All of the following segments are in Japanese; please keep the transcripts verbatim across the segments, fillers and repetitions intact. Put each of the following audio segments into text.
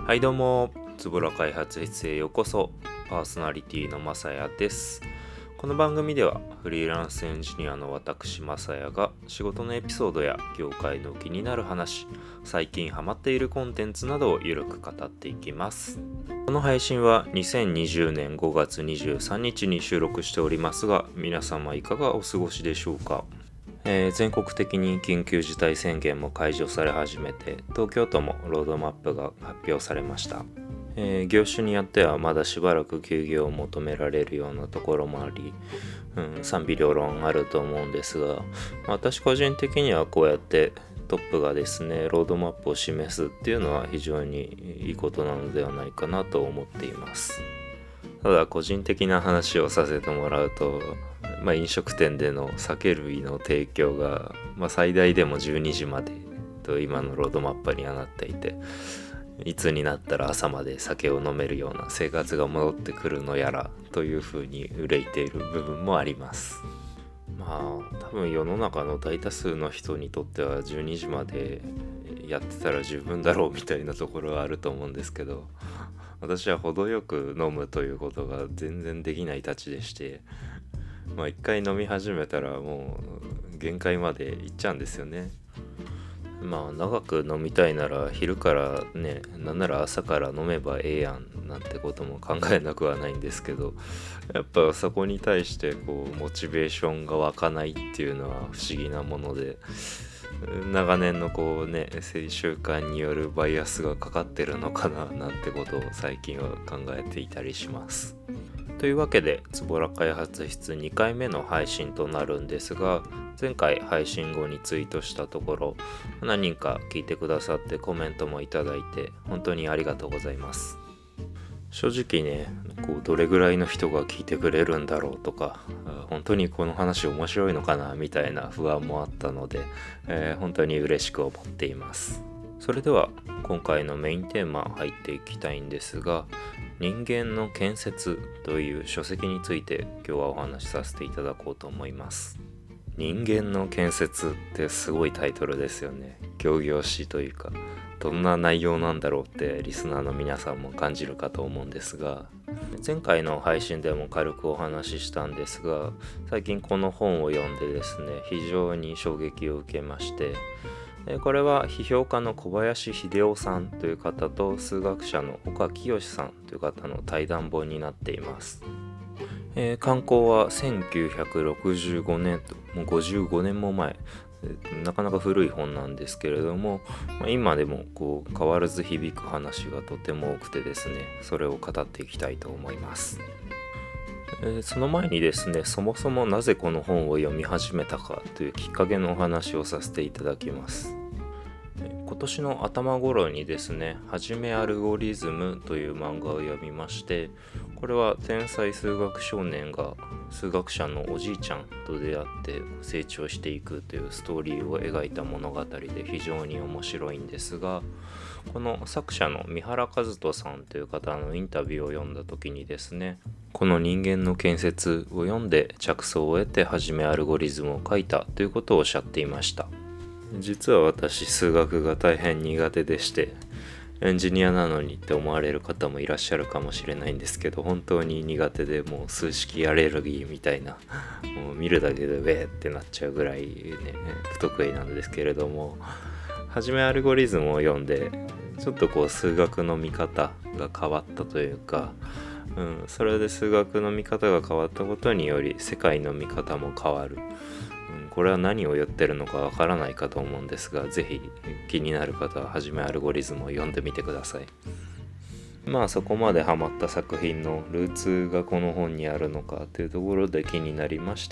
はいどうも、つぼら開発室へようこそ。パーソナリティのまさやです。この番組ではフリーランスエンジニアの私まさやが仕事のエピソードや業界の気になる話、最近ハマっているコンテンツなどをゆるく語っていきます。この配信はにせんにじゅうねんごがつにじゅうさんにちに収録しておりますが、皆様いかがお過ごしでしょうか。えー、全国的に緊急事態宣言も解除され始めて、東京都もロードマップが発表されました。えー、業種によってはまだしばらく休業を求められるようなところもあり、うん、賛否両論あると思うんですが、私個人的にはこうやってトップがですねロードマップを示すっていうのは非常にいいことなのではないかなと思っています。ただ個人的な話をさせてもらうと、まあ、飲食店での酒類の提供が、まあ、最大でもじゅうにじまでと今のロードマップにはなっていて、いつになったら朝まで酒を飲めるような生活が戻ってくるのやらというふうに憂いている部分もあります。まあ多分世の中の大多数の人にとってはじゅうにじまでやってたら十分だろうみたいなところはあると思うんですけど、私は程よく飲むということが全然できないたちでして、まあ一回飲み始めたらもう限界までいっちゃうんですよね。まあ長く飲みたいなら昼からね、なんなら朝から飲めばええやんなんてことも考えなくはないんですけど、やっぱそこに対してこうモチベーションが湧かないっていうのは不思議なもので、長年のこうね習慣によるバイアスがかかってるのかななんてことを最近は考えていたりします。というわけでつぼら開発室にかいめの配信となるんですが、前回配信後にツイートしたところ何人か聞いてくださってコメントもいただいて本当にありがとうございます。正直ね、こうどれぐらいの人が聞いてくれるんだろうとか、本当にこの話面白いのかなみたいな不安もあったので、えー、本当に嬉しく思っています。それでは今回のメインテーマ入っていきたいんですが、人間の建設という書籍について今日はお話しさせていただこうと思います。人間の建設ってすごいタイトルですよね。仰々しいというか、どんな内容なんだろうってリスナーの皆さんも感じるかと思うんですが、前回の配信でも軽くお話ししたんですが、最近この本を読んでですね非常に衝撃を受けまして、これは批評家の小林秀夫さんという方と数学者の岡清さんという方の対談本になっています。えー、刊行はせんきゅうひゃくろくじゅうごねんと、もうごじゅうごねんも前、なかなか古い本なんですけれども、まあ、今でもこう変わらず響く話がとても多くてですね、それを語っていきたいと思います。えー、その前にですね、そもそもなぜこの本を読み始めたかというきっかけのお話をさせていただきます。今年の頭頃にですね、はじめアルゴリズムという漫画を読みまして、これは天才数学少年が数学者のおじいちゃんと出会って成長していくというストーリーを描いた物語で非常に面白いんですが、この作者の三原和人さんという方のインタビューを読んだ時にですね、この人間の建設を読んで着想を得てはじめアルゴリズムを書いたということをおっしゃっていました。実は私数学が大変苦手でして、エンジニアなのにって思われる方もいらっしゃるかもしれないんですけど、本当に苦手で、もう数式アレルギーみたいな、もう見るだけでウェーってなっちゃうぐらいね不得意なんですけれども、はじめアルゴリズムを読んでちょっとこう数学の見方が変わったというか、うん、それで数学の見方が変わったことにより世界の見方も変わる。これは何を言ってるのかわからないかと思うんですが、ぜひ気になる方ははじめアルゴリズムを読んでみてください。まあそこまでハマった作品のルーツがこの本にあるのかというところで気になりまして、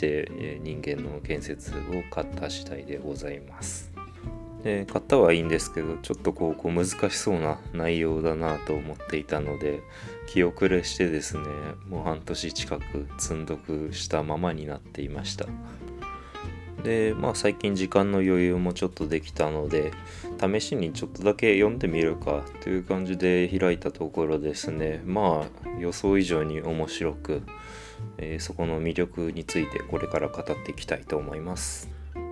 人間の建設を買った次第でございます。で買ったはいいんですけど、ちょっとこう、こう難しそうな内容だなと思っていたので気遅れしてですね、もう半年近く積んどくしたままになっていました。でまあ最近時間の余裕もちょっとできたので、試しにちょっとだけ読んでみるかという感じで開いたところですね、まあ予想以上に面白く、えー、そこの魅力についてこれから語っていきたいと思います。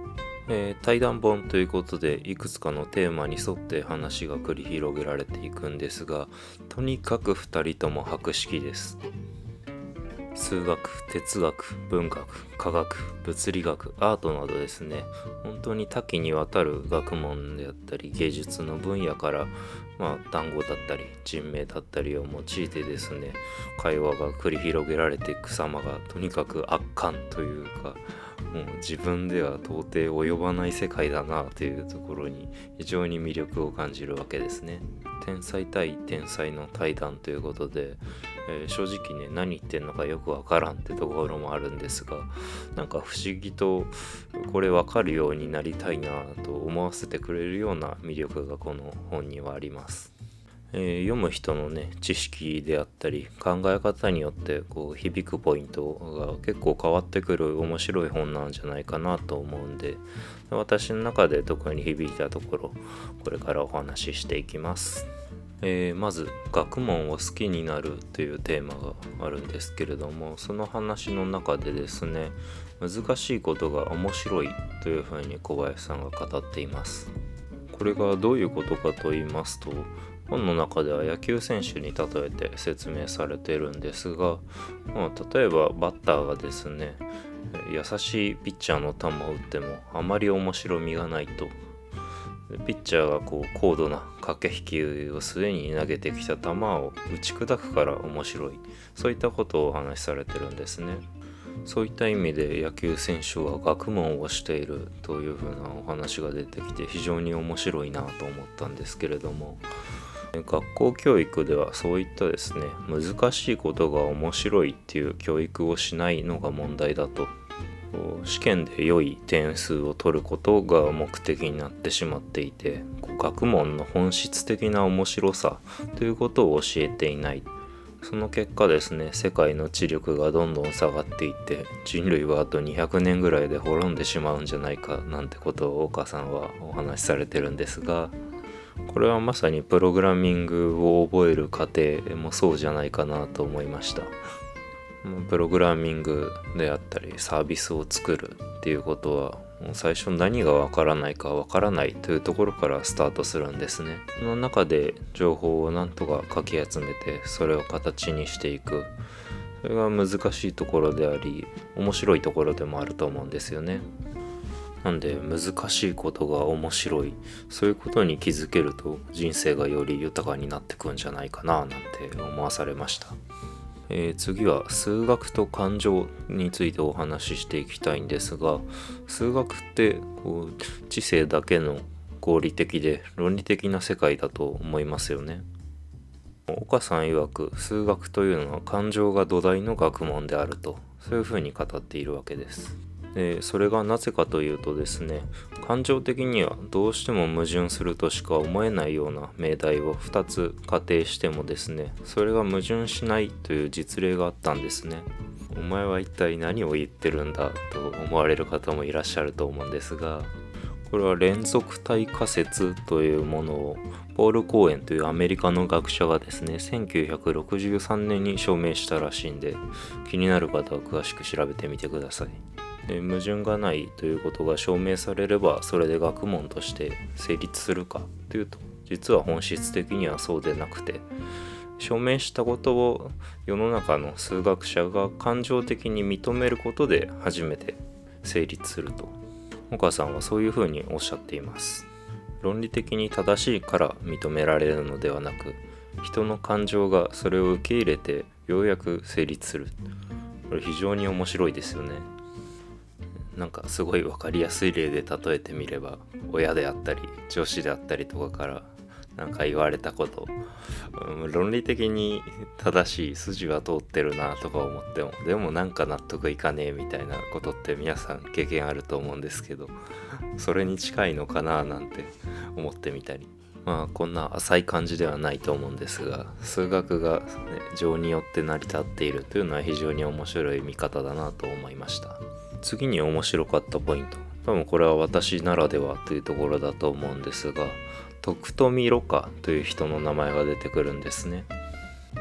えー対談本ということでいくつかのテーマに沿って話が繰り広げられていくんですが、とにかくふたりとも博識です。数学、哲学、文学、科学、物理学、アートなどですね、本当に多岐にわたる学問であったり芸術の分野から、まあ、単語だったり人名だったりを用いてですね、会話が繰り広げられていく様がとにかく圧巻というか、もう自分では到底及ばない世界だなというところに非常に魅力を感じるわけですね。天才対天才の対談ということで、えー正直ね、何言ってんのかよくわからんってところもあるんですが、なんか不思議とこれわかるようになりたいなと思わせてくれるような魅力がこの本にはあります。えー読む人のね、知識であったり考え方によってこう響くポイントが結構変わってくる面白い本なんじゃないかなと思うんで、私の中で特に響いたところ、これからお話ししていきます。えーまず学問を好きになるというテーマがあるんですけれども、その話の中でですね、難しいことが面白いというふうに小林さんが語っています。これがどういうことかと言いますと、本の中では野球選手に例えて説明されているんですが、まあ、例えばバッターがですね、優しいピッチャーの球を打ってもあまり面白みがないと。ピッチャーがこう高度な駆け引きを末に投げてきた球を打ち砕くから面白い、そういったことをお話しされてるんですね。そういった意味で野球選手は学問をしているというふうなお話が出てきて非常に面白いなと思ったんですけれども、学校教育ではそういったですね、難しいことが面白いっていう教育をしないのが問題だと。試験で良い点数を取ることが目的になってしまっていて、学問の本質的な面白さということを教えていない。その結果ですね、世界の知力がどんどん下がっていって人類はあとにひゃくねんぐらいで滅んでしまうんじゃないかなんてことを岡さんはお話しされてるんですが、これはまさにプログラミングを覚える過程もそうじゃないかなと思いました。プログラミングであったりサービスを作るっていうことは、もう最初何がわからないかわからないというところからスタートするんですね。その中で情報をなんとかかき集めてそれを形にしていく、それが難しいところであり面白いところでもあると思うんですよね。なんで難しいことが面白い、そういうことに気づけると人生がより豊かになってくんじゃないかななんて思わされました。えー次は数学と感情についてお話ししていきたいんですが、数学ってこう知性だけの合理的で論理的な世界だと思いますよね。岡さん曰く数学というのは感情が土台の学問であると、そういうふうに語っているわけです。でそれがなぜかというとですね、感情的にはどうしても矛盾するとしか思えないような命題をふたつ仮定してもですね、それが矛盾しないという実例があったんですね。お前は一体何を言ってるんだと思われる方もいらっしゃると思うんですが、これは連続体仮説というものをポール・コーエンというアメリカの学者がですね、せんきゅうひゃくろくじゅうさんねんに証明したらしいんで、気になる方は詳しく調べてみてください。で矛盾がないということが証明されればそれで学問として成立するかというと、実は本質的にはそうでなくて、証明したことを世の中の数学者が感情的に認めることで初めて成立すると、岡さんはそういうふうにおっしゃっています。論理的に正しいから認められるのではなく、人の感情がそれを受け入れてようやく成立する。これ非常に面白いですよね。なんかすごい分かりやすい例で例えてみれば、親であったり上司であったりとかからなんか言われたこと、うん、論理的に正しい筋は通ってるなとか思っても、でもなんか納得いかねえみたいなことって皆さん経験あると思うんですけど、それに近いのかななんて思ってみたり、まあこんな浅い感じではないと思うんですが、数学が、ね、情によって成り立っているというのは非常に面白い見方だなと思いました。次に面白かったポイント、多分これは私ならではというところだと思うんですが、徳富蘆花という人の名前が出てくるんですね。こ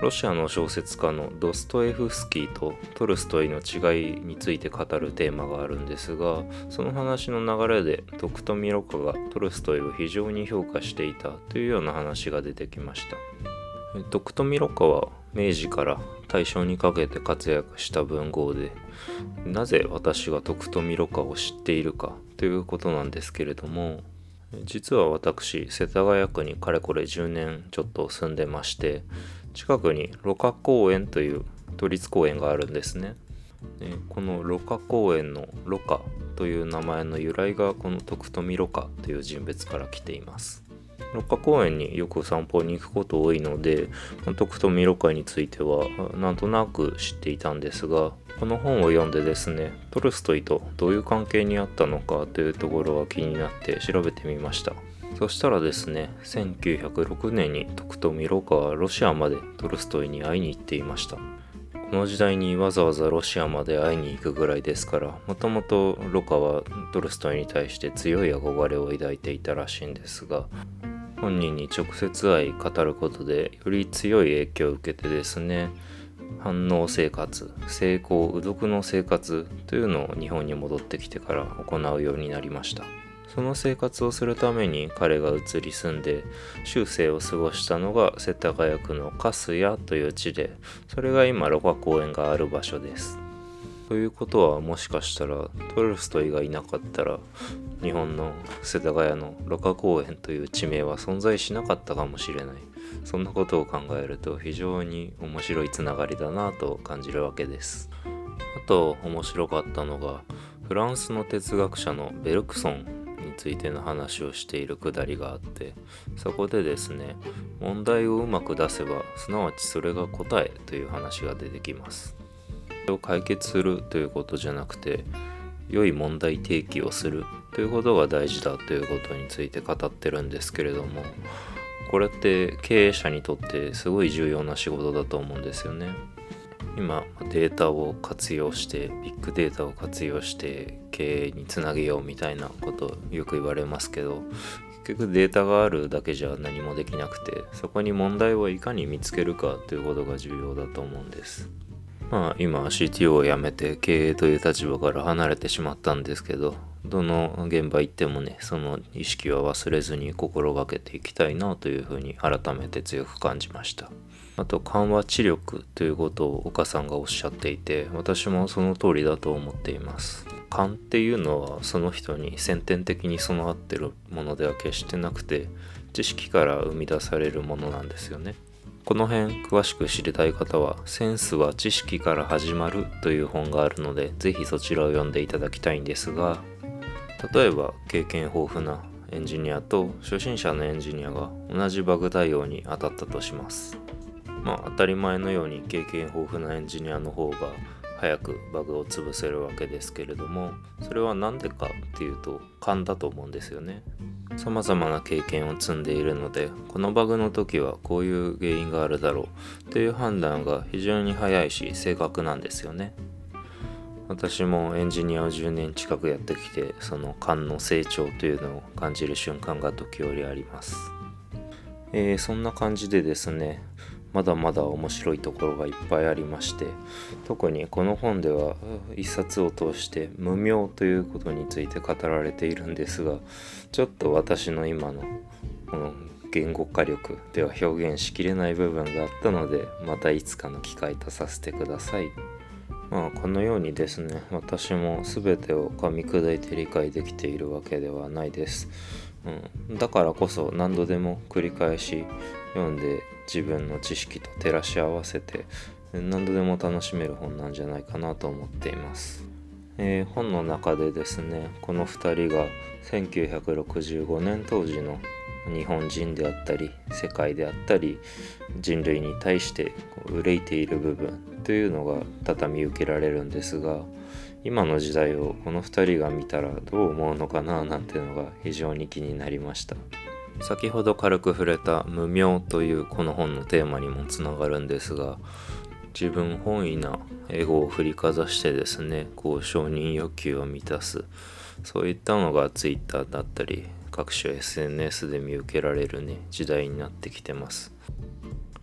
ロシアの小説家のドストエフスキーとトルストイの違いについて語るテーマがあるんですが、その話の流れでトクトミロカがトルストイを非常に評価していたというような話が出てきました。トクトミロカは明治から大正にかけて活躍した文豪で、なぜ私がトクトミロカを知っているかということなんですけれども、実は私世田谷区にかれこれじゅうねんちょっと住んでまして、近くに芦花公園という都立公園があるんですね。でこの芦花公園の芦花という名前の由来がこの徳富芦花という人物から来ています。芦花公園によく散歩に行くこと多いので、徳富芦花についてはなんとなく知っていたんですが、この本を読んでですね、トルストイとどういう関係にあったのかというところが気になって調べてみました。そしたらですね、せんきゅうひゃくろくねんに徳富芦花はロシアまでトルストイに会いに行っていました。この時代にわざわざロシアまで会いに行くぐらいですから、もともと芦花はトルストイに対して強い憧れを抱いていたらしいんですが、本人に直接会い語ることでより強い影響を受けてですね、反応生活、成功無毒の生活というのを日本に戻ってきてから行うようになりました。その生活をするために彼が移り住んで終生を過ごしたのが世田谷区の粕谷という地で、それが今芦花公園がある場所です。ということは、もしかしたらトルストイがいなかったら日本の世田谷の芦花公園という地名は存在しなかったかもしれない。そんなことを考えると非常に面白いつながりだなと感じるわけです。あと面白かったのが、フランスの哲学者のベルクソンについての話をしているくだりがあって、そこでですね、問題をうまく出せばすなわちそれが答えという話が出てきます。それを解決するということじゃなくて、良い問題提起をするということが大事だということについて語ってるんですけれども、これって経営者にとってすごい重要な仕事だと思うんですよね。今データを活用してビッグデータを活用して経営につなげようみたいなことよく言われますけど、結局データがあるだけじゃ何もできなくて、そこに問題をいかに見つけるかということが重要だと思うんです。まあ今 シーティーオー を辞めて経営という立場から離れてしまったんですけど、どの現場行ってもね、その意識は忘れずに心がけていきたいなというふうに改めて強く感じました。あと緩和知力ということを岡さんがおっしゃっていて、私もその通りだと思っています。勘っていうのはその人に先天的に備わってるものでは決してなくて、知識から生み出されるものなんですよね。この辺詳しく知りたい方はセンスは知識から始まるという本があるので、ぜひそちらを読んでいただきたいんですが、例えば経験豊富なエンジニアと初心者のエンジニアが同じバグ対応に当たったとします。まあ当たり前のように経験豊富なエンジニアの方が早くバグを潰せるわけですけれども、それは何でかっていうと勘だと思うんですよね。さまざまな経験を積んでいるので、このバグの時はこういう原因があるだろうという判断が非常に早いし正確なんですよね。私もエンジニアをじゅうねん近くやってきて、その勘の成長というのを感じる瞬間が時折あります。えー、そんな感じでですね、まだまだ面白いところがいっぱいありまして、特にこの本では一冊を通して無明ということについて語られているんですが、ちょっと私の今のこの言語化力では表現しきれない部分があったので、またいつかの機会とさせてください。まあこのようにですね、私も全てを噛み砕いて理解できているわけではないです。うん、だからこそ何度でも繰り返し読んで自分の知識と照らし合わせて何度でも楽しめる本なんじゃないかなと思っています。えー、本の中でですね、このふたりがせんきゅうひゃくろくじゅうごねん当時の日本人であったり世界であったり人類に対して憂いている部分というのが畳み受けられるんですが、今の時代をこのふたりが見たらどう思うのかななんていうのが非常に気になりました。先ほど軽く触れた無明というこの本のテーマにもつながるんですが、自分本位なエゴを振りかざしてですね、こう承認欲求を満たす、そういったのがツイッターだったり各種 エスエヌエス で見受けられるね時代になってきてます。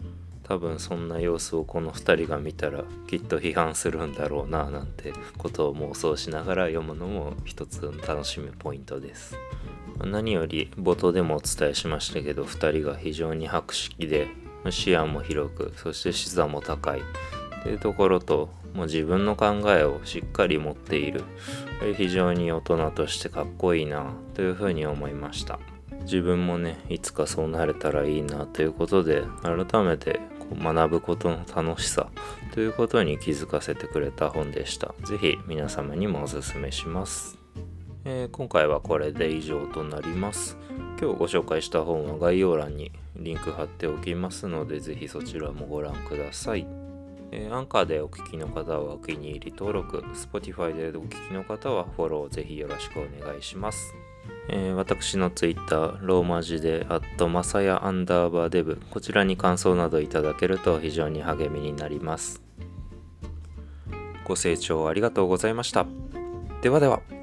多分そんな様子をこのふたりが見たらきっと批判するんだろうななんてことを妄想しながら読むのも一つの楽しみポイントです。何より冒頭でもお伝えしましたけど、ふたりが非常に博識で視野も広く、そして視座も高いというところと、もう自分の考えをしっかり持っている、非常に大人としてかっこいいなというふうに思いました。自分もね、いつかそうなれたらいいなということで、改めてこう学ぶことの楽しさということに気づかせてくれた本でした。ぜひ皆様にもおすすめします。えー、今回はこれで以上となります。今日ご紹介した本は概要欄にリンク貼っておきますので、ぜひそちらもご覧ください。えー、アンカーでお聞きの方はお気に入り登録、Spotify でお聞きの方はフォローぜひよろしくお願いします。えー、私のツイッターローマ字でアットマサヤアンダーバーデブ、こちらに感想などいただけると非常に励みになります。ご清聴ありがとうございました。ではでは。